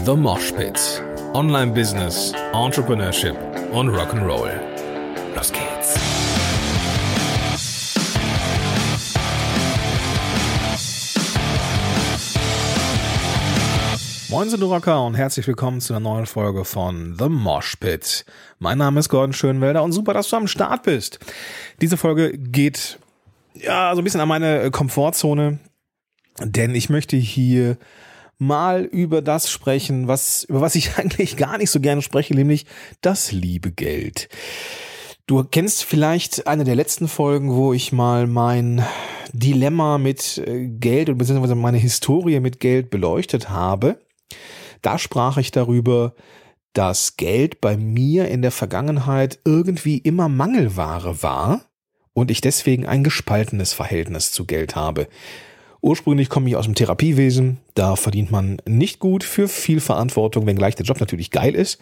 The Mosh Pit. Online Business, Entrepreneurship und Rock'n'Roll. Los geht's. Moin, du Rocker, und herzlich willkommen zu einer neuen Folge von The Mosh Pit. Mein Name ist Gordon Schönwelder und super, dass du am Start bist. Diese Folge geht so ein bisschen an meine Komfortzone, denn ich möchte hier mal über das sprechen, über was ich eigentlich gar nicht so gerne spreche, nämlich das liebe Geld. Du kennst vielleicht eine der letzten Folgen, wo ich mal mein Dilemma mit Geld und beziehungsweise meine Historie mit Geld beleuchtet habe. Da sprach ich darüber, dass Geld bei mir in der Vergangenheit irgendwie immer Mangelware war und ich deswegen ein gespaltenes Verhältnis zu Geld habe. Ursprünglich komme ich aus dem Therapiewesen, da verdient man nicht gut für viel Verantwortung, wenngleich der Job natürlich geil ist.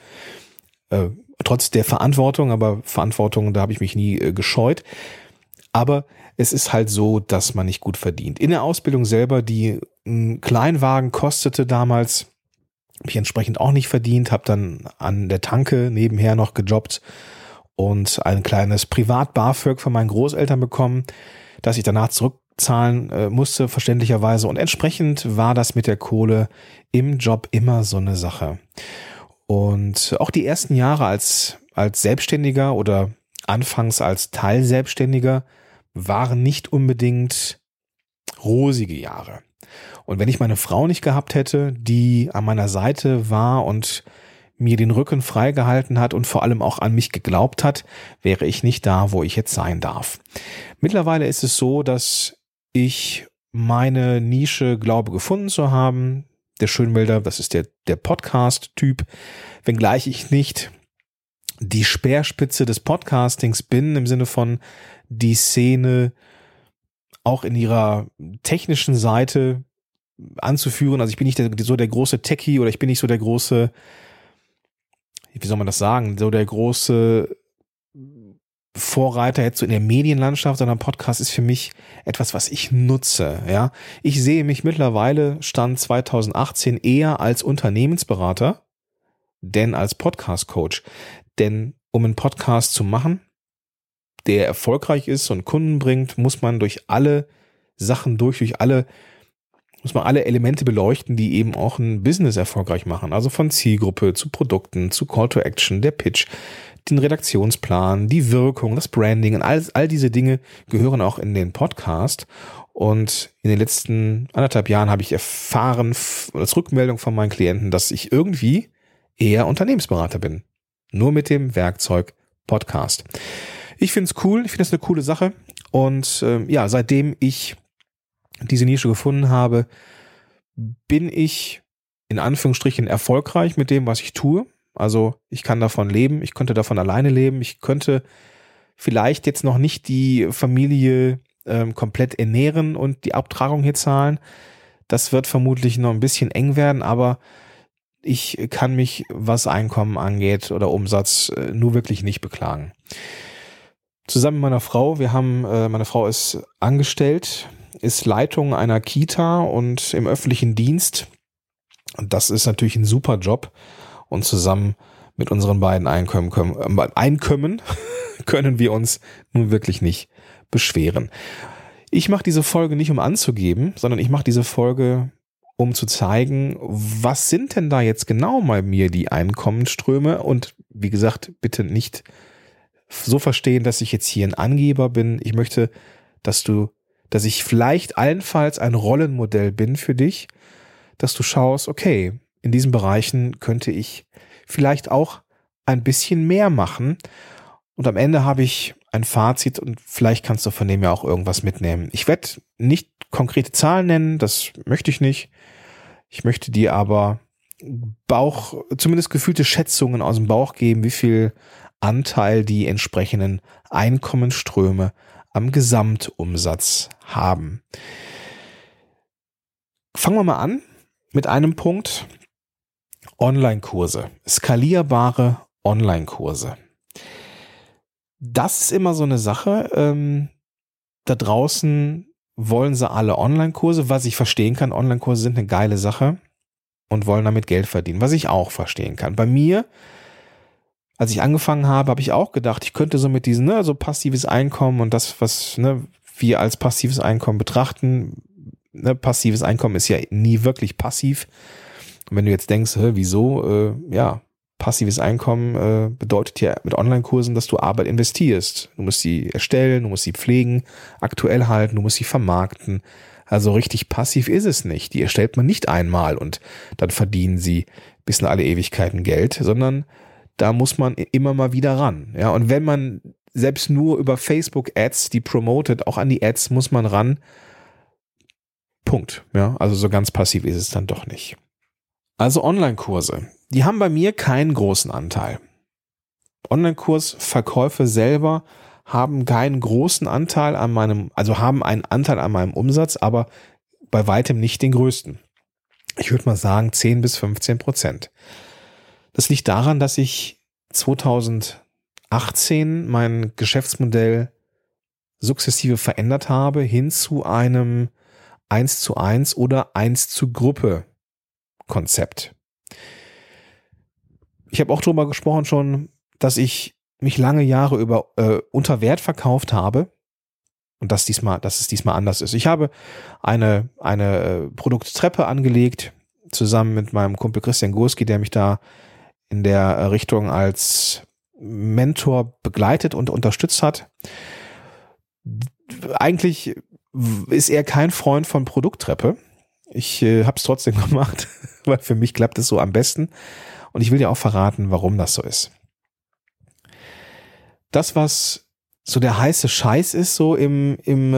Trotz der Verantwortung, da habe ich mich nie gescheut. Aber es ist halt so, dass man nicht gut verdient. In der Ausbildung selber, die einen Kleinwagen kostete damals, habe ich entsprechend auch nicht verdient, habe dann an der Tanke nebenher noch gejobbt und ein kleines Privat-BAföG von meinen Großeltern bekommen, das ich danach zurückzahlen musste, verständlicherweise. Und entsprechend war das mit der Kohle im Job immer so eine Sache. Und auch die ersten Jahre als Selbstständiger oder anfangs als Teilselbstständiger waren nicht unbedingt rosige Jahre. Und wenn ich meine Frau nicht gehabt hätte, die an meiner Seite war und mir den Rücken freigehalten hat und vor allem auch an mich geglaubt hat, wäre ich nicht da, wo ich jetzt sein darf. Mittlerweile ist es so, dass ich meine Nische glaube gefunden zu haben. Der Schönwelder, das ist der Podcast-Typ, wenngleich ich nicht die Speerspitze des Podcastings bin, im Sinne von die Szene auch in ihrer technischen Seite anzuführen. Also ich bin nicht so der große Techie oder ich bin nicht so der große, wie soll man das sagen, so der große Vorreiter jetzt so in der Medienlandschaft, sondern Podcast ist für mich etwas, was ich nutze. Ja, ich sehe mich mittlerweile, Stand 2018, eher als Unternehmensberater, denn als Podcast-Coach. Denn um einen Podcast zu machen, der erfolgreich ist und Kunden bringt, muss man durch alle Sachen muss man alle Elemente beleuchten, die eben auch ein Business erfolgreich machen. Also von Zielgruppe zu Produkten, zu Call to Action, der Pitch, den Redaktionsplan, die Wirkung, das Branding und all diese Dinge gehören auch in den Podcast. Und in den letzten 1,5 Jahren habe ich erfahren, als Rückmeldung von meinen Klienten, dass ich irgendwie eher Unternehmensberater bin. Nur mit dem Werkzeug Podcast. Ich finde es cool, ich finde es eine coole Sache. Und seitdem ich diese Nische gefunden habe, bin ich in Anführungsstrichen erfolgreich mit dem, was ich tue. Also ich kann davon leben, ich könnte davon alleine leben, ich könnte vielleicht jetzt noch nicht die Familie komplett ernähren und die Abtragung hier zahlen. Das wird vermutlich noch ein bisschen eng werden, aber ich kann mich, was Einkommen angeht oder Umsatz, nur wirklich nicht beklagen. Zusammen mit meiner Frau, meine Frau ist angestellt, ist Leitung einer Kita und im öffentlichen Dienst. Und das ist natürlich ein super Job. Und zusammen mit unseren beiden Einkommen können wir uns nun wirklich nicht beschweren. Ich mache diese Folge nicht, um anzugeben, sondern ich mache diese Folge, um zu zeigen, was sind denn da jetzt genau bei mir die Einkommensströme. Und wie gesagt, bitte nicht so verstehen, dass ich jetzt hier ein Angeber bin. Ich möchte, dass ich vielleicht allenfalls ein Rollenmodell bin für dich, dass du schaust, okay, in diesen Bereichen könnte ich vielleicht auch ein bisschen mehr machen. Und am Ende habe ich ein Fazit und vielleicht kannst du von dem ja auch irgendwas mitnehmen. Ich werde nicht konkrete Zahlen nennen, das möchte ich nicht. Ich möchte dir aber zumindest gefühlte Schätzungen aus dem Bauch geben, wie viel Anteil die entsprechenden Einkommensströme am Gesamtumsatz haben. Fangen wir mal an mit einem Punkt. Online-Kurse, skalierbare Online-Kurse. Das ist immer so eine Sache. Da draußen wollen sie alle Online-Kurse, was ich verstehen kann. Online-Kurse sind eine geile Sache. und wollen damit Geld verdienen, was ich auch verstehen kann. Bei mir, als ich angefangen habe ich auch gedacht, ich könnte so mit diesem, so passives Einkommen und das, was wir als passives Einkommen betrachten, passives Einkommen ist ja nie wirklich passiv. Und wenn du jetzt denkst, wieso, passives Einkommen bedeutet ja mit Online-Kursen, dass du Arbeit investierst. Du musst sie erstellen, du musst sie pflegen, aktuell halten, du musst sie vermarkten. Also richtig passiv ist es nicht. Die erstellt man nicht einmal und dann verdienen sie bis in alle Ewigkeiten Geld, sondern da muss man immer mal wieder ran. Ja, und wenn man selbst nur über Facebook-Ads, die promotet, auch an die Ads muss man ran. Punkt. Ja, also so ganz passiv ist es dann doch nicht. Also Online-Kurse, die haben bei mir keinen großen Anteil. Online-Kursverkäufe selber haben keinen großen Anteil haben einen Anteil an meinem Umsatz, aber bei weitem nicht den größten. Ich würde mal sagen 10-15%. Das liegt daran, dass ich 2018 mein Geschäftsmodell sukzessive verändert habe hin zu einem 1:1 oder 1:Gruppe Konzept. Ich habe auch darüber gesprochen schon, dass ich mich lange Jahre unter Wert verkauft habe und dass es diesmal anders ist. Ich habe eine Produkttreppe angelegt, zusammen mit meinem Kumpel Christian Gurski, der mich da in der Richtung als Mentor begleitet und unterstützt hat. Eigentlich ist er kein Freund von Produkttreppe. Ich habe es trotzdem gemacht, weil für mich klappt es so am besten. Und ich will dir auch verraten, warum das so ist. Das, was so der heiße Scheiß ist, so im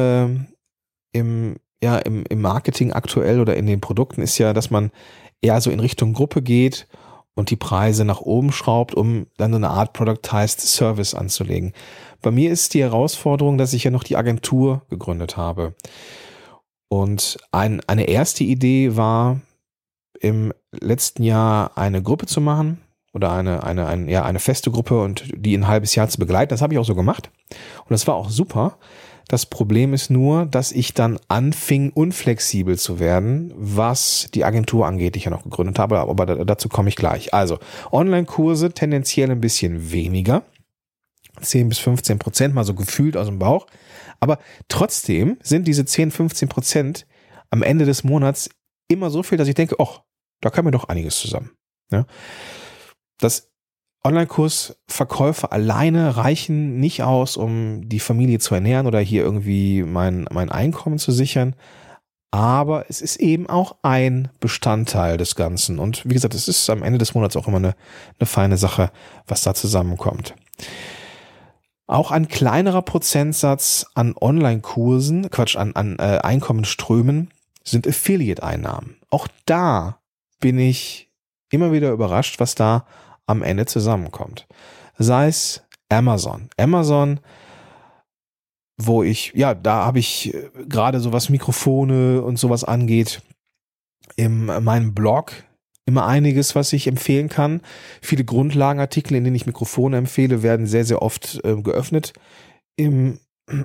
Marketing aktuell oder in den Produkten, ist ja, dass man eher so in Richtung Gruppe geht und die Preise nach oben schraubt, um dann so eine Art Productized Service anzulegen. Bei mir ist die Herausforderung, dass ich ja noch die Agentur gegründet habe. Und eine erste Idee war, im letzten Jahr eine Gruppe zu machen oder eine feste Gruppe und die ein halbes Jahr zu begleiten. Das habe ich auch so gemacht und das war auch super. Das Problem ist nur, dass ich dann anfing, unflexibel zu werden, was die Agentur angeht, die ich ja noch gegründet habe, aber dazu komme ich gleich. Also Online-Kurse tendenziell ein bisschen weniger, 10-15%, mal so gefühlt aus dem Bauch. Aber trotzdem sind diese 10-15% am Ende des Monats immer so viel, dass ich denke, da kann mir doch einiges zusammen. Ja? Das Online-Kursverkäufe alleine reichen nicht aus, um die Familie zu ernähren oder hier irgendwie mein Einkommen zu sichern. Aber es ist eben auch ein Bestandteil des Ganzen. Und wie gesagt, es ist am Ende des Monats auch immer eine feine Sache, was da zusammenkommt. Auch ein kleinerer Prozentsatz an Online-Kursen, an Einkommensströmen sind Affiliate-Einnahmen. Auch da bin ich immer wieder überrascht, was da am Ende zusammenkommt. Sei es Amazon. Da habe ich gerade so was Mikrofone und sowas angeht, in meinem Blog immer einiges, was ich empfehlen kann. Viele Grundlagenartikel, in denen ich Mikrofone empfehle, werden sehr, sehr oft geöffnet im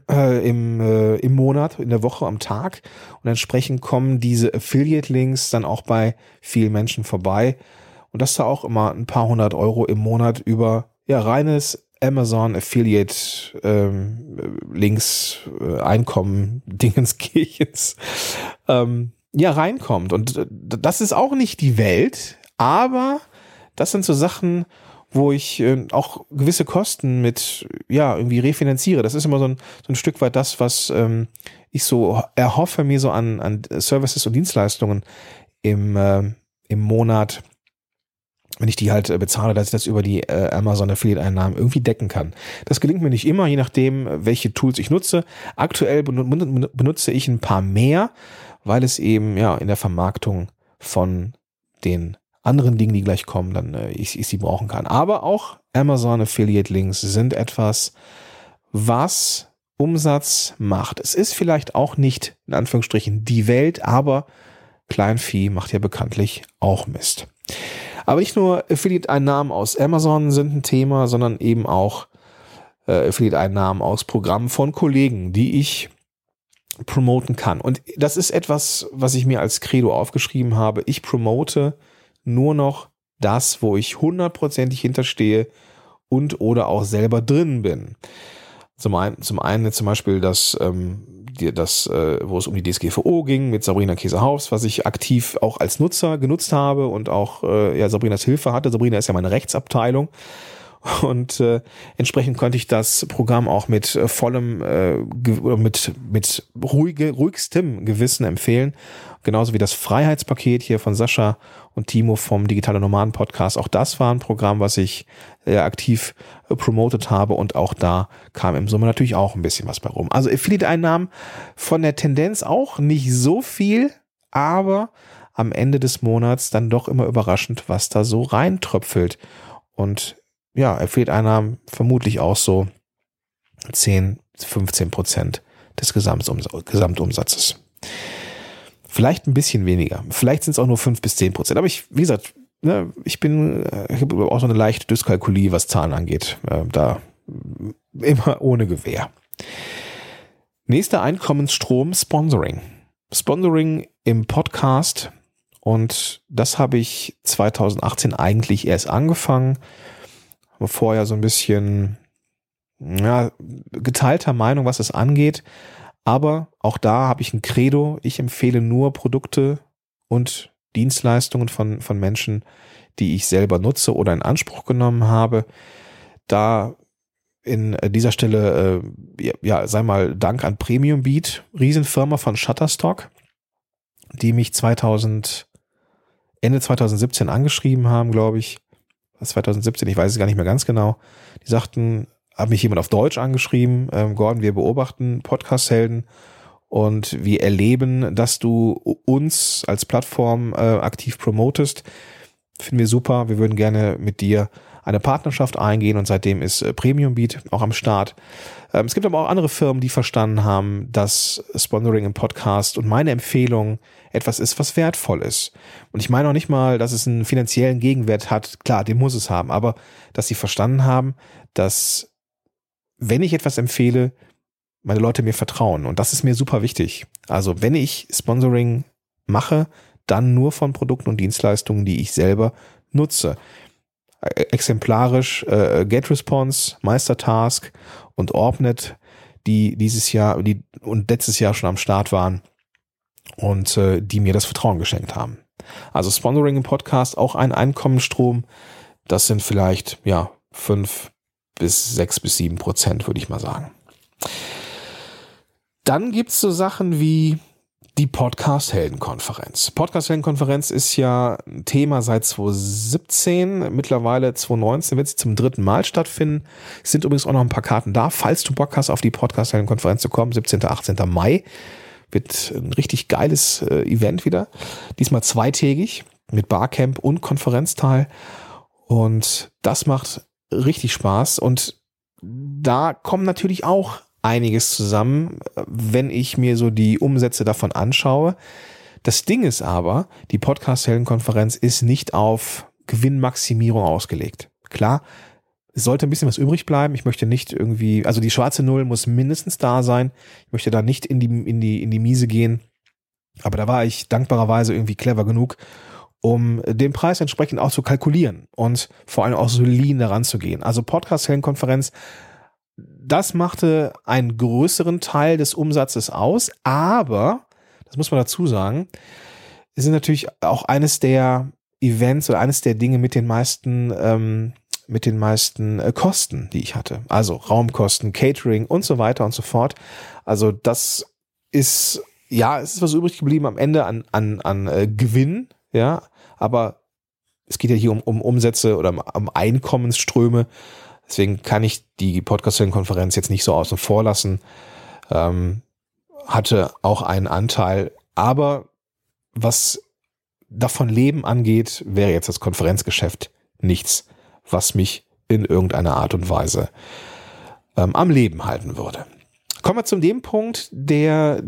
Monat, in der Woche, am Tag. Und entsprechend kommen diese Affiliate-Links dann auch bei vielen Menschen vorbei. Und das da auch immer ein paar hundert Euro im Monat über reines Amazon Affiliate Links, Einkommen, Dingenskirchens reinkommt. Und das ist auch nicht die Welt, aber das sind so Sachen, wo ich auch gewisse Kosten mit irgendwie refinanziere. Das ist immer so ein Stück weit das, was ich so erhoffe mir so an Services und Dienstleistungen im Monat, wenn ich die halt bezahle, dass ich das über die Amazon Affiliate-Einnahmen irgendwie decken kann. Das gelingt mir nicht immer, je nachdem, welche Tools ich nutze. Aktuell benutze ich ein paar mehr, weil es eben in der Vermarktung von den anderen Dingen, die gleich kommen, dann ich sie brauchen kann. Aber auch Amazon Affiliate Links sind etwas, was Umsatz macht. Es ist vielleicht auch nicht, in Anführungsstrichen, die Welt, aber Kleinvieh macht ja bekanntlich auch Mist. Aber nicht nur Affiliate-Einnahmen aus Amazon sind ein Thema, sondern eben auch Affiliate-Einnahmen aus Programmen von Kollegen, die ich promoten kann. Und das ist etwas, was ich mir als Credo aufgeschrieben habe. Ich promote nur noch das, wo ich 100%ig hinterstehe und oder auch selber drin bin. Zum einen zum Beispiel das, wo es um die DSGVO ging mit Sabrina Käsehaus, was ich aktiv auch als Nutzer genutzt habe und auch Sabrinas Hilfe hatte. Sabrina ist ja meine Rechtsabteilung. Und entsprechend konnte ich das Programm auch mit vollem mit ruhigstem Gewissen empfehlen. Genauso wie das Freiheitspaket hier von Sascha und Timo vom Digitale Nomaden Podcast. Auch das war ein Programm, was ich aktiv promotet habe, und auch da kam im Sommer natürlich auch ein bisschen was bei rum. Also Affiliate-Einnahmen von der Tendenz auch nicht so viel, aber am Ende des Monats dann doch immer überraschend, was da so reintröpfelt. Und ja, Affiliate-Einnahmen vermutlich auch so 10-15% des Gesamtumsatzes. Vielleicht ein bisschen weniger. Vielleicht sind es auch nur 5-10%. Aber wie gesagt, ich habe auch so eine leichte Dyskalkulie, was Zahlen angeht. Da immer ohne Gewähr. Nächster Einkommensstrom, Sponsoring. Sponsoring im Podcast. Und das habe ich 2018 eigentlich erst angefangen. Vorher so ein bisschen geteilter Meinung, was es angeht. Aber auch da habe ich ein Credo. Ich empfehle nur Produkte und Dienstleistungen von Menschen, die ich selber nutze oder in Anspruch genommen habe. Da in dieser Stelle, sei mal Dank an Premium Beat, Riesenfirma von Shutterstock, die mich Ende 2017 angeschrieben haben, glaube ich. 2017, ich weiß es gar nicht mehr ganz genau. Die sagten, hat mich jemand auf Deutsch angeschrieben, Gordon, wir beobachten Podcast-Helden und wir erleben, dass du uns als Plattform aktiv promotest. Finden wir super, wir würden gerne mit dir eine Partnerschaft eingehen, und seitdem ist Premium Beat auch am Start. Es gibt aber auch andere Firmen, die verstanden haben, dass Sponsoring im Podcast und meine Empfehlung etwas ist, was wertvoll ist. Und ich meine auch nicht mal, dass es einen finanziellen Gegenwert hat. Klar, den muss es haben, aber dass sie verstanden haben, dass wenn ich etwas empfehle, meine Leute mir vertrauen. Und das ist mir super wichtig. Also wenn ich Sponsoring mache, dann nur von Produkten und Dienstleistungen, die ich selber nutze. Exemplarisch GetResponse, Meistertask und Orbnet, die dieses Jahr und letztes Jahr schon am Start waren und die mir das Vertrauen geschenkt haben. Also Sponsoring im Podcast, auch ein Einkommensstrom, das sind vielleicht 5 bis 6-7%, würde ich mal sagen. Dann gibt's so Sachen wie die Podcast-Helden-Konferenz. Podcast-Helden-Konferenz ist ja ein Thema seit 2017. Mittlerweile 2019 wird sie zum 3. Mal stattfinden. Es sind übrigens auch noch ein paar Karten da. Falls du Bock hast, auf die Podcast-Helden-Konferenz zu kommen, 17. 18. Mai, wird ein richtig geiles Event wieder. Diesmal zweitägig mit Barcamp und Konferenzteil. Und das macht richtig Spaß. Und da kommen natürlich auch einiges zusammen, wenn ich mir so die Umsätze davon anschaue. Das Ding ist aber, die Podcast-Helden-Konferenz ist nicht auf Gewinnmaximierung ausgelegt. Klar, es sollte ein bisschen was übrig bleiben. Ich möchte nicht irgendwie, also die schwarze Null muss mindestens da sein. Ich möchte da nicht in die Miese gehen. Aber da war ich dankbarerweise irgendwie clever genug, um den Preis entsprechend auch zu kalkulieren und vor allem auch so lean daran zu gehen. Also Podcast-Helden-Konferenz, das machte einen größeren Teil des Umsatzes aus, aber, das muss man dazu sagen, es ist natürlich auch eines der Events oder eines der Dinge mit den meisten Kosten, die ich hatte. Also Raumkosten, Catering und so weiter und so fort. Also das ist, es ist was übrig geblieben am Ende an Gewinn, aber es geht ja hier um Umsätze oder um Einkommensströme. Deswegen kann ich die Podcast-Konferenz jetzt nicht so außen vor lassen. Hatte auch einen Anteil. Aber was davon Leben angeht, wäre jetzt das Konferenzgeschäft nichts, was mich in irgendeiner Art und Weise am Leben halten würde. Kommen wir zu dem Punkt, der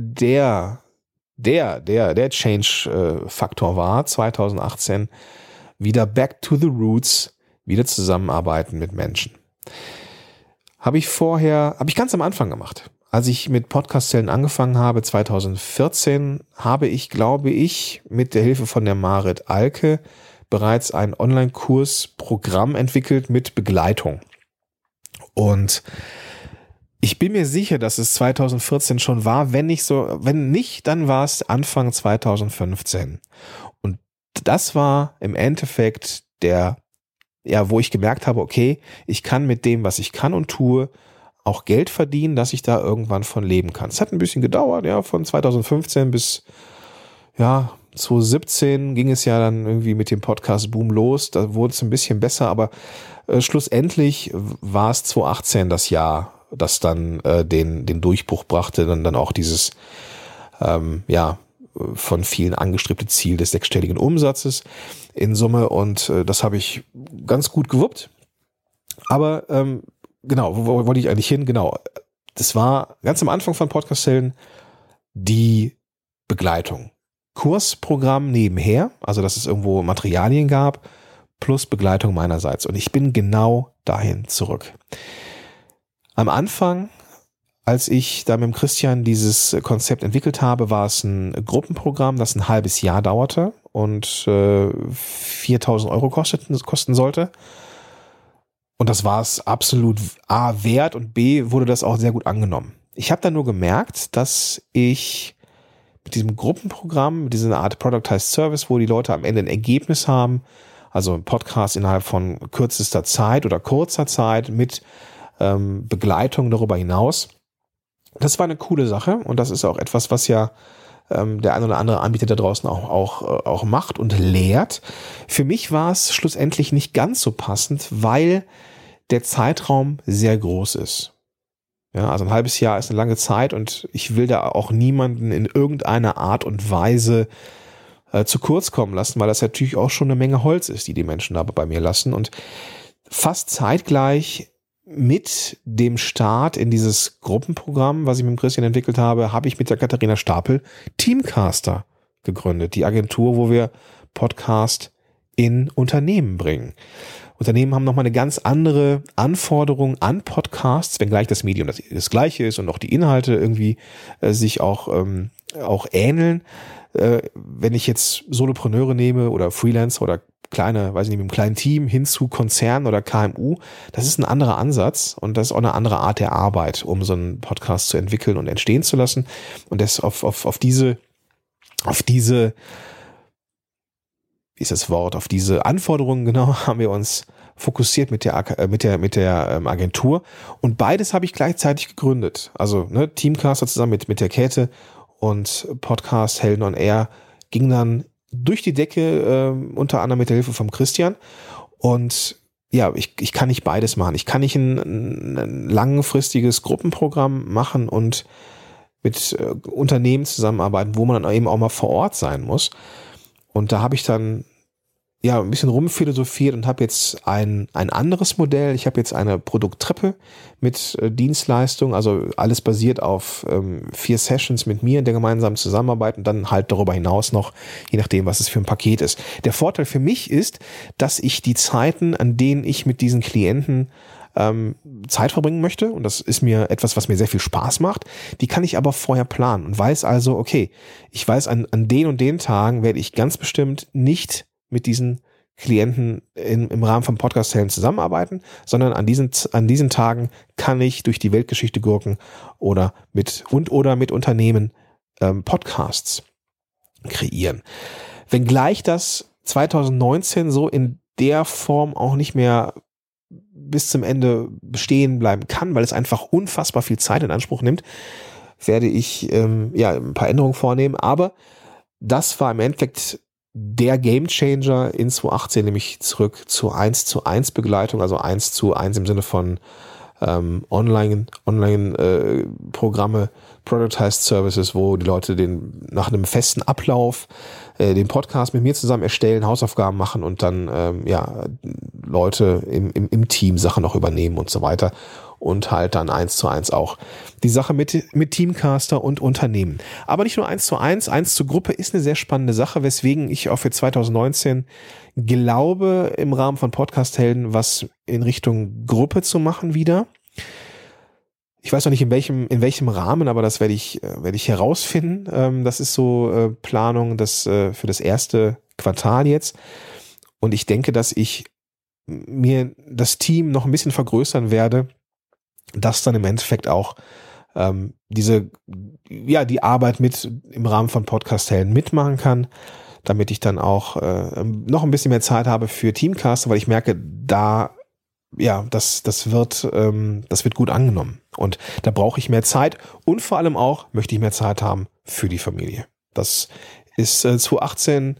Change-Faktor war, 2018, wieder back to the roots, wieder zusammenarbeiten mit Menschen. Habe ich ganz am Anfang gemacht. Als ich mit Podcast-Helden angefangen habe, 2014, habe ich, glaube ich, mit der Hilfe von der Marit Alke bereits ein Online-Kursprogramm entwickelt mit Begleitung. Und ich bin mir sicher, dass es 2014 schon war, wenn nicht, dann war es Anfang 2015. Und das war im Endeffekt wo ich gemerkt habe, okay, ich kann mit dem, was ich kann und tue, auch Geld verdienen, dass ich da irgendwann von leben kann. Es hat ein bisschen gedauert, ja, von 2015 bis 2017 ging es ja dann irgendwie mit dem Podcast-Boom los. Da wurde es ein bisschen besser, aber schlussendlich war es 2018 das Jahr, das dann den Durchbruch brachte, dann auch dieses von vielen angestrebte Ziel des 6-stelligen Umsatzes in Summe, und das habe ich ganz gut gewuppt. Aber genau, wo wollte ich eigentlich hin? Genau, das war ganz am Anfang von Podcast-Helden die Begleitung. Kursprogramm nebenher, also dass es irgendwo Materialien gab, plus Begleitung meinerseits. Und ich bin genau dahin zurück. Am Anfang, als ich da mit dem Christian dieses Konzept entwickelt habe, war es ein Gruppenprogramm, das ein halbes Jahr dauerte und 4.000 Euro kosten sollte. Und das war es absolut A wert, und B wurde das auch sehr gut angenommen. Ich habe dann nur gemerkt, dass ich mit diesem Gruppenprogramm, mit dieser Art Productized Service, wo die Leute am Ende ein Ergebnis haben, also ein Podcast innerhalb von kürzester Zeit oder kurzer Zeit mit Begleitung darüber hinaus. Das war eine coole Sache, und das ist auch etwas, was ja der ein oder andere Anbieter da draußen auch macht und lehrt. Für mich war es schlussendlich nicht ganz so passend, weil der Zeitraum sehr groß ist. Ja, also ein halbes Jahr ist eine lange Zeit, und ich will da auch niemanden in irgendeiner Art und Weise zu kurz kommen lassen, weil das natürlich auch schon eine Menge Holz ist, die Menschen da bei mir lassen. Und fast zeitgleich mit dem Start in dieses Gruppenprogramm, was ich mit dem Christian entwickelt habe, habe ich mit der Katharina Stapel Teamcaster gegründet, die Agentur, wo wir Podcast in Unternehmen bringen. Unternehmen haben nochmal eine ganz andere Anforderung an Podcasts, wenngleich das Medium das gleiche ist und auch die Inhalte irgendwie sich auch ähneln. Wenn ich jetzt Solopreneure nehme oder Freelancer oder kleine, weiß ich nicht, mit einem kleinen Team hin zu Konzernen oder KMU, das ist ein anderer Ansatz, und das ist auch eine andere Art der Arbeit, um so einen Podcast zu entwickeln und entstehen zu lassen. Und das auf diese Anforderungen genau haben wir uns fokussiert mit der Agentur, und beides habe ich gleichzeitig gegründet. Also Teamcaster zusammen mit der Käthe, und Podcast Helden on Air ging dann durch die Decke, unter anderem mit der Hilfe vom Christian. Und ja, ich kann nicht beides machen. Ich kann nicht ein langfristiges Gruppenprogramm machen und mit Unternehmen zusammenarbeiten, wo man dann eben auch mal vor Ort sein muss. Und da habe ich dann ein bisschen rumphilosophiert und habe jetzt ein anderes Modell. Ich habe jetzt eine Produkttreppe mit Dienstleistung, also alles basiert auf 4 Sessions mit mir in der gemeinsamen Zusammenarbeit, und dann halt darüber hinaus noch, je nachdem, was es für ein Paket ist. Der Vorteil für mich ist, dass ich die Zeiten, an denen ich mit diesen Klienten Zeit verbringen möchte, und das ist mir etwas, was mir sehr viel Spaß macht, die kann ich aber vorher planen und weiß also, okay, ich weiß, an den und den Tagen werde ich ganz bestimmt nicht mit diesen Klienten im Rahmen von Podcast-Helden zusammenarbeiten, sondern an diesen Tagen kann ich durch die Weltgeschichte gurken oder mit Unternehmen Podcasts kreieren. Wenngleich das 2019 so in der Form auch nicht mehr bis zum Ende bestehen bleiben kann, weil es einfach unfassbar viel Zeit in Anspruch nimmt, werde ich ein paar Änderungen vornehmen. Aber das war im Endeffekt der Gamechanger in 2018, nämlich zurück zu 1:1 Begleitung, also 1:1 im Sinne von Online-Programme, Productized Services, wo die Leute nach einem festen Ablauf den Podcast mit mir zusammen erstellen, Hausaufgaben machen und dann Leute im Team Sachen noch übernehmen und so weiter. Und halt dann 1:1 auch die Sache mit Teamcaster und Unternehmen. Aber nicht nur 1:1, 1 zur Gruppe ist eine sehr spannende Sache, weswegen ich auch für 2019 glaube, im Rahmen von Podcast-Helden was in Richtung Gruppe zu machen wieder. Ich weiß noch nicht in welchem Rahmen, aber das werde ich herausfinden. Das ist so Planung für das erste Quartal jetzt. Und ich denke, dass ich mir das Team noch ein bisschen vergrößern werde, dass dann im Endeffekt auch die Arbeit mit im Rahmen von Podcast-Helden mitmachen kann, damit ich dann auch noch ein bisschen mehr Zeit habe für Teamcaster, weil ich merke, das wird gut angenommen. Und da brauche ich mehr Zeit und vor allem auch möchte ich mehr Zeit haben für die Familie. Das ist 2018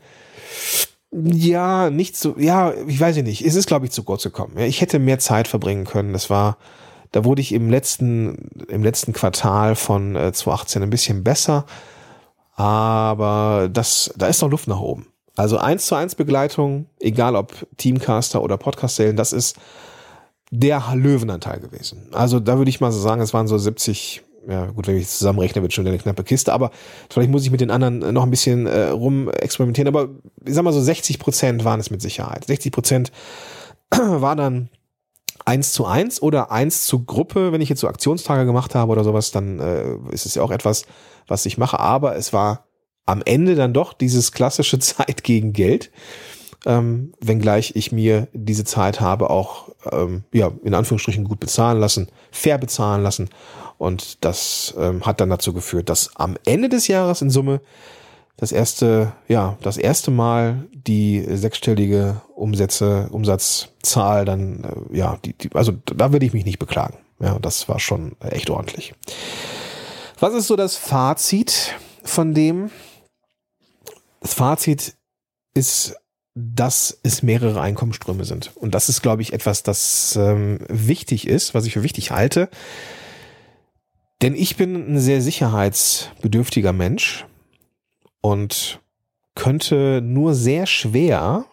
nicht so, ich weiß nicht, es ist, glaube ich, zu kurz gekommen. Ja, ich hätte mehr Zeit verbringen können. Da wurde ich im letzten Quartal von 2018 ein bisschen besser, aber da ist noch Luft nach oben. Also 1:1 Begleitung, egal ob Teamcaster oder Podcast-Helden, das ist der Löwenanteil gewesen. Also da würde ich mal so sagen, es waren so 70, ja gut, wenn ich es zusammenrechne, wird schon eine knappe Kiste, aber vielleicht muss ich mit den anderen noch ein bisschen rum experimentieren, aber ich sag mal so 60% waren es mit Sicherheit. 60% war dann 1:1 oder 1 zu Gruppe. Wenn ich jetzt so Aktionstage gemacht habe oder sowas, dann ist es ja auch etwas, was ich mache. Aber es war am Ende dann doch dieses klassische Zeit gegen Geld. Wenngleich ich mir diese Zeit habe auch, in Anführungsstrichen gut bezahlen lassen, fair bezahlen lassen. Und das hat dann dazu geführt, dass am Ende des Jahres in Summe das erste Mal die sechsstellige Umsatzzahl dann, also da würde ich mich nicht beklagen. Ja, das war schon echt ordentlich. Was ist so das Fazit von dem? Das Fazit ist, dass es mehrere Einkommensströme sind. Und das ist, glaube ich, etwas, das wichtig ist, was ich für wichtig halte. Denn ich bin ein sehr sicherheitsbedürftiger Mensch und könnte nur sehr schwer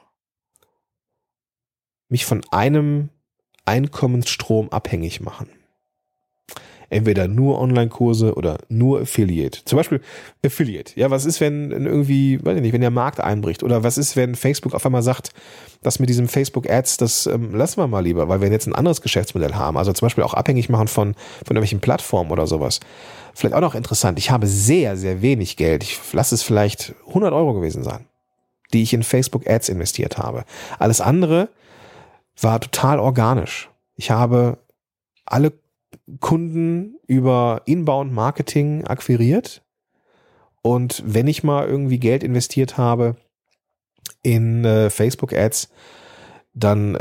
mich von einem Einkommensstrom abhängig machen. Entweder nur Online-Kurse oder nur Affiliate. Zum Beispiel Affiliate. Ja, was ist, wenn irgendwie, weiß ich nicht, wenn der Markt einbricht? Oder was ist, wenn Facebook auf einmal sagt, dass mit diesem Facebook-Ads, das lassen wir mal lieber, weil wir jetzt ein anderes Geschäftsmodell haben. Also zum Beispiel auch abhängig machen von irgendwelchen Plattformen oder sowas. Vielleicht auch noch interessant. Ich habe sehr, sehr wenig Geld. Ich lasse es vielleicht 100 Euro gewesen sein, die ich in Facebook-Ads investiert habe. Alles andere war total organisch. Ich habe alle Kunden über Inbound-Marketing akquiriert und wenn ich mal irgendwie Geld investiert habe in Facebook-Ads, dann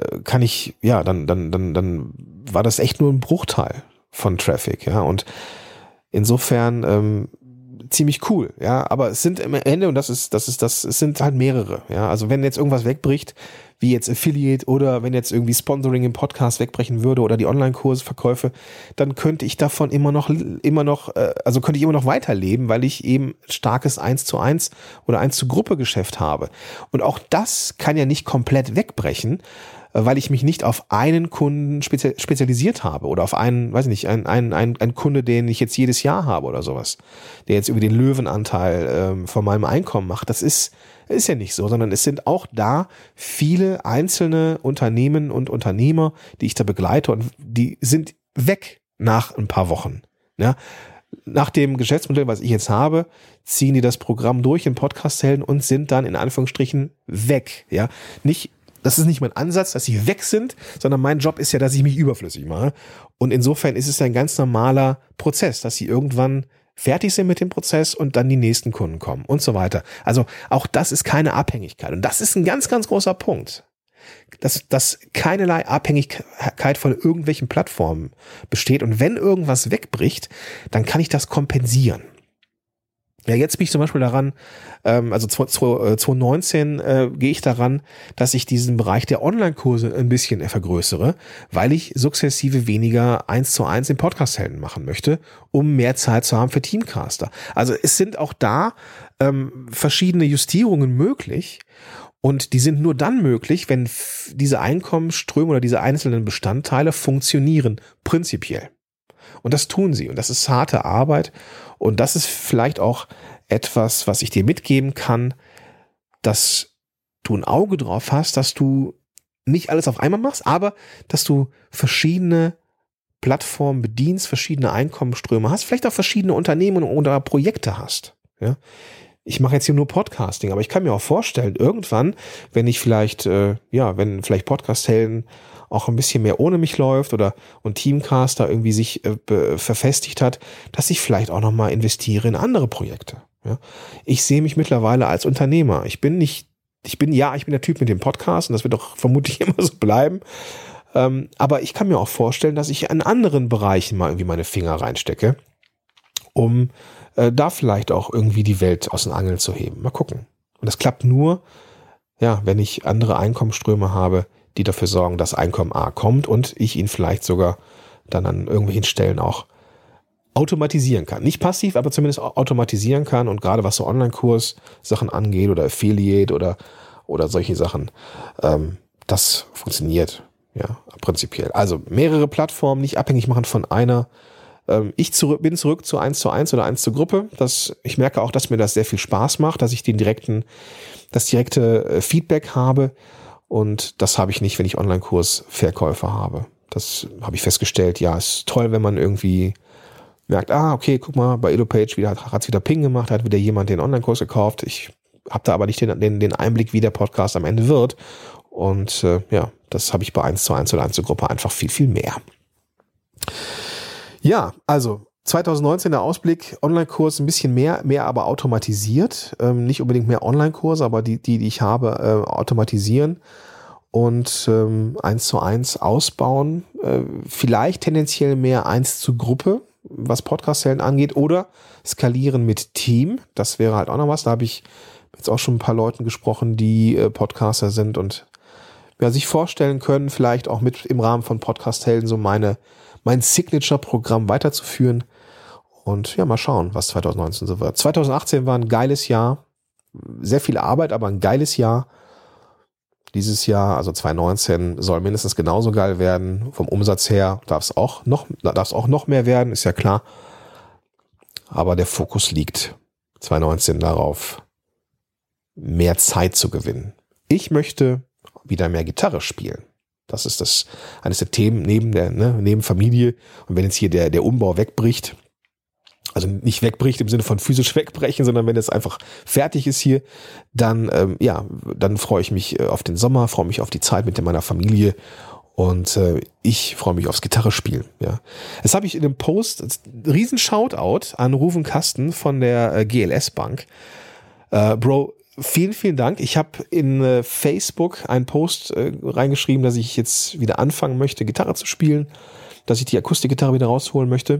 dann war das echt nur ein Bruchteil von Traffic, ja, und insofern ziemlich cool, ja, aber es sind am Ende, und es sind halt mehrere, ja, also wenn jetzt irgendwas wegbricht, wie jetzt Affiliate oder wenn jetzt irgendwie Sponsoring im Podcast wegbrechen würde oder die Online-Kursverkäufe, dann könnte ich davon immer noch weiterleben, weil ich eben starkes 1:1 oder 1 zu Gruppe Geschäft habe. Und auch das kann ja nicht komplett wegbrechen, weil ich mich nicht auf einen Kunden spezialisiert habe oder auf einen, weiß ich nicht, einen Kunde, den ich jetzt jedes Jahr habe oder sowas, der jetzt über den Löwenanteil von meinem Einkommen macht. Das ist ja nicht so, sondern es sind auch da viele einzelne Unternehmen und Unternehmer, die ich da begleite und die sind weg nach ein paar Wochen. Ja? Nach dem Geschäftsmodell, was ich jetzt habe, ziehen die das Programm durch in Podcast-Helden und sind dann in Anführungsstrichen weg. Ja, das ist nicht mein Ansatz, dass sie weg sind, sondern mein Job ist ja, dass ich mich überflüssig mache. Und insofern ist es ein ganz normaler Prozess, dass sie irgendwann fertig sind mit dem Prozess und dann die nächsten Kunden kommen und so weiter. Also auch das ist keine Abhängigkeit. Und das ist ein ganz, ganz großer Punkt. Dass keinerlei Abhängigkeit von irgendwelchen Plattformen besteht. Und wenn irgendwas wegbricht, dann kann ich das kompensieren. Ja, jetzt bin ich zum Beispiel daran, also 2019 gehe ich daran, dass ich diesen Bereich der Online-Kurse ein bisschen vergrößere, weil ich sukzessive weniger 1:1 im Podcast-Helden machen möchte, um mehr Zeit zu haben für Teamcaster. Also es sind auch da verschiedene Justierungen möglich und die sind nur dann möglich, wenn diese Einkommensströme oder diese einzelnen Bestandteile funktionieren, prinzipiell. Und das tun sie. Und das ist harte Arbeit. Und das ist vielleicht auch etwas, was ich dir mitgeben kann, dass du ein Auge drauf hast, dass du nicht alles auf einmal machst, aber dass du verschiedene Plattformen bedienst, verschiedene Einkommensströme hast, vielleicht auch verschiedene Unternehmen oder Projekte hast. Ja? ich mache jetzt hier nur Podcasting, aber ich kann mir auch vorstellen, irgendwann, wenn ich vielleicht, wenn vielleicht Podcast-Helden auch ein bisschen mehr ohne mich läuft und Teamcaster irgendwie sich verfestigt hat, dass ich vielleicht auch nochmal investiere in andere Projekte. Ja? Ich sehe mich mittlerweile als Unternehmer. Ich bin der Typ mit dem Podcast und das wird auch vermutlich immer so bleiben. Aber ich kann mir auch vorstellen, dass ich in anderen Bereichen mal irgendwie meine Finger reinstecke, um da vielleicht auch irgendwie die Welt aus den Angeln zu heben. Mal gucken. Und das klappt nur, wenn ich andere Einkommensströme habe, die dafür sorgen, dass Einkommen A kommt und ich ihn vielleicht sogar dann an irgendwelchen Stellen auch automatisieren kann. Nicht passiv, aber zumindest automatisieren kann. Und gerade was so Online-Kurs-Sachen angeht oder Affiliate oder solche Sachen, das funktioniert prinzipiell. Also mehrere Plattformen, nicht abhängig machen von einer. Ich bin zurück zu 1:1 oder 1 zur Gruppe. Ich merke auch, dass mir das sehr viel Spaß macht, dass ich das direkte Feedback habe. Und das habe ich nicht, wenn ich Online-Kurs-Verkäufer habe. Das habe ich festgestellt. Ja, ist toll, wenn man irgendwie merkt, okay, guck mal, bei EloPage hat es wieder Ping gemacht, hat wieder jemand den Online-Kurs gekauft. Ich habe da aber nicht den Einblick, wie der Podcast am Ende wird. Und das habe ich bei 1:1 oder 1 zur Gruppe einfach viel, viel mehr. Ja, also 2019 der Ausblick, Online-Kurs ein bisschen mehr aber automatisiert. Nicht unbedingt mehr Online-Kurse, aber die ich habe, automatisieren und 1:1 ausbauen. Vielleicht tendenziell mehr 1 zur Gruppe, was Podcast-Helden angeht, oder skalieren mit Team. Das wäre halt auch noch was. Da habe ich jetzt auch schon ein paar Leuten gesprochen, die Podcaster sind und sich vorstellen können, vielleicht auch mit im Rahmen von Podcast-Helden so mein Signature-Programm weiterzuführen. Und mal schauen, was 2019 so wird. 2018 war ein geiles Jahr. Sehr viel Arbeit, aber ein geiles Jahr. Dieses Jahr, also 2019, soll mindestens genauso geil werden. Vom Umsatz her darf es auch noch mehr werden, ist ja klar. Aber der Fokus liegt 2019 darauf, mehr Zeit zu gewinnen. Ich möchte wieder mehr Gitarre spielen. Das ist eines der Themen neben Familie. Und wenn jetzt hier der Umbau wegbricht, also nicht wegbricht im Sinne von physisch wegbrechen, sondern wenn es einfach fertig ist hier, dann freue ich mich auf den Sommer, freue mich auf die Zeit mit meiner Familie und ich freue mich aufs Gitarrespielen. Ja. Das habe ich in dem Post, riesen Shoutout an Ruven Kasten von der GLS Bank. Bro, vielen, vielen Dank. Ich habe in Facebook einen Post reingeschrieben, dass ich jetzt wieder anfangen möchte, Gitarre zu spielen, dass ich die Akustikgitarre wieder rausholen möchte.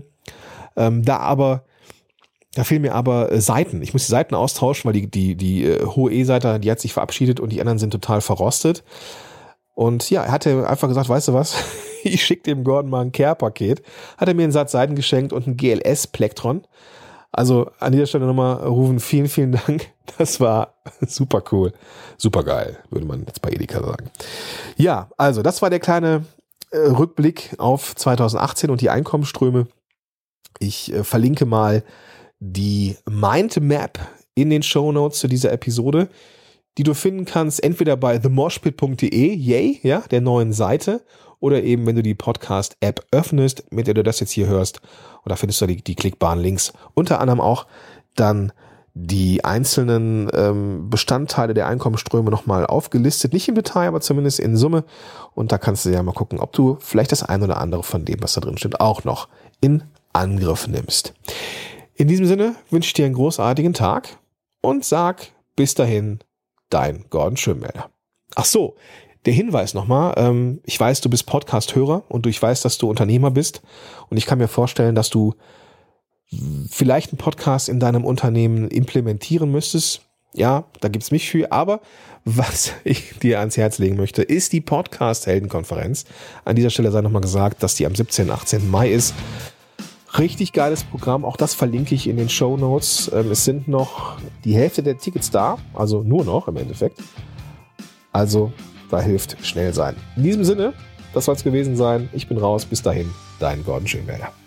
Da fehlen mir aber Saiten. Ich muss die Saiten austauschen, weil die hohe E-Seite, die hat sich verabschiedet und die anderen sind total verrostet. Und er hatte einfach gesagt, weißt du was, ich schicke dem Gordon mal ein Care-Paket. Hat er mir einen Satz Saiten geschenkt und ein GLS-Plektron. Also an dieser Stelle nochmal, Rufen, vielen, vielen Dank. Das war super cool. Super geil, würde man jetzt bei Edeka sagen. Ja, also das war der kleine Rückblick auf 2018 und die Einkommensströme. Ich verlinke mal die Mindmap in den Shownotes zu dieser Episode, die du finden kannst, entweder bei themoshpit.de, der neuen Seite, oder eben, wenn du die Podcast-App öffnest, mit der du das jetzt hier hörst, und da findest du die klickbaren Links, unter anderem auch dann die einzelnen Bestandteile der Einkommensströme nochmal aufgelistet, nicht im Detail, aber zumindest in Summe, und da kannst du ja mal gucken, ob du vielleicht das ein oder andere von dem, was da drin steht, auch noch in Angriff nimmst. In diesem Sinne wünsche ich dir einen großartigen Tag und sag bis dahin, dein Gordon Schönwälder. Ach so, der Hinweis nochmal, ich weiß, du bist Podcast-Hörer und ich weiß, dass du Unternehmer bist und ich kann mir vorstellen, dass du vielleicht einen Podcast in deinem Unternehmen implementieren müsstest. Ja, da gibt's mich für, aber was ich dir ans Herz legen möchte, ist die Podcast-Heldenkonferenz. An dieser Stelle sei nochmal gesagt, dass die am 17. und 18. Mai ist. Richtig geiles Programm, auch das verlinke ich in den Shownotes. Es sind noch die Hälfte der Tickets da, also nur noch im Endeffekt. Also, da hilft schnell sein. In diesem Sinne, das soll es gewesen sein. Ich bin raus. Bis dahin, dein Gordon Schönwälder.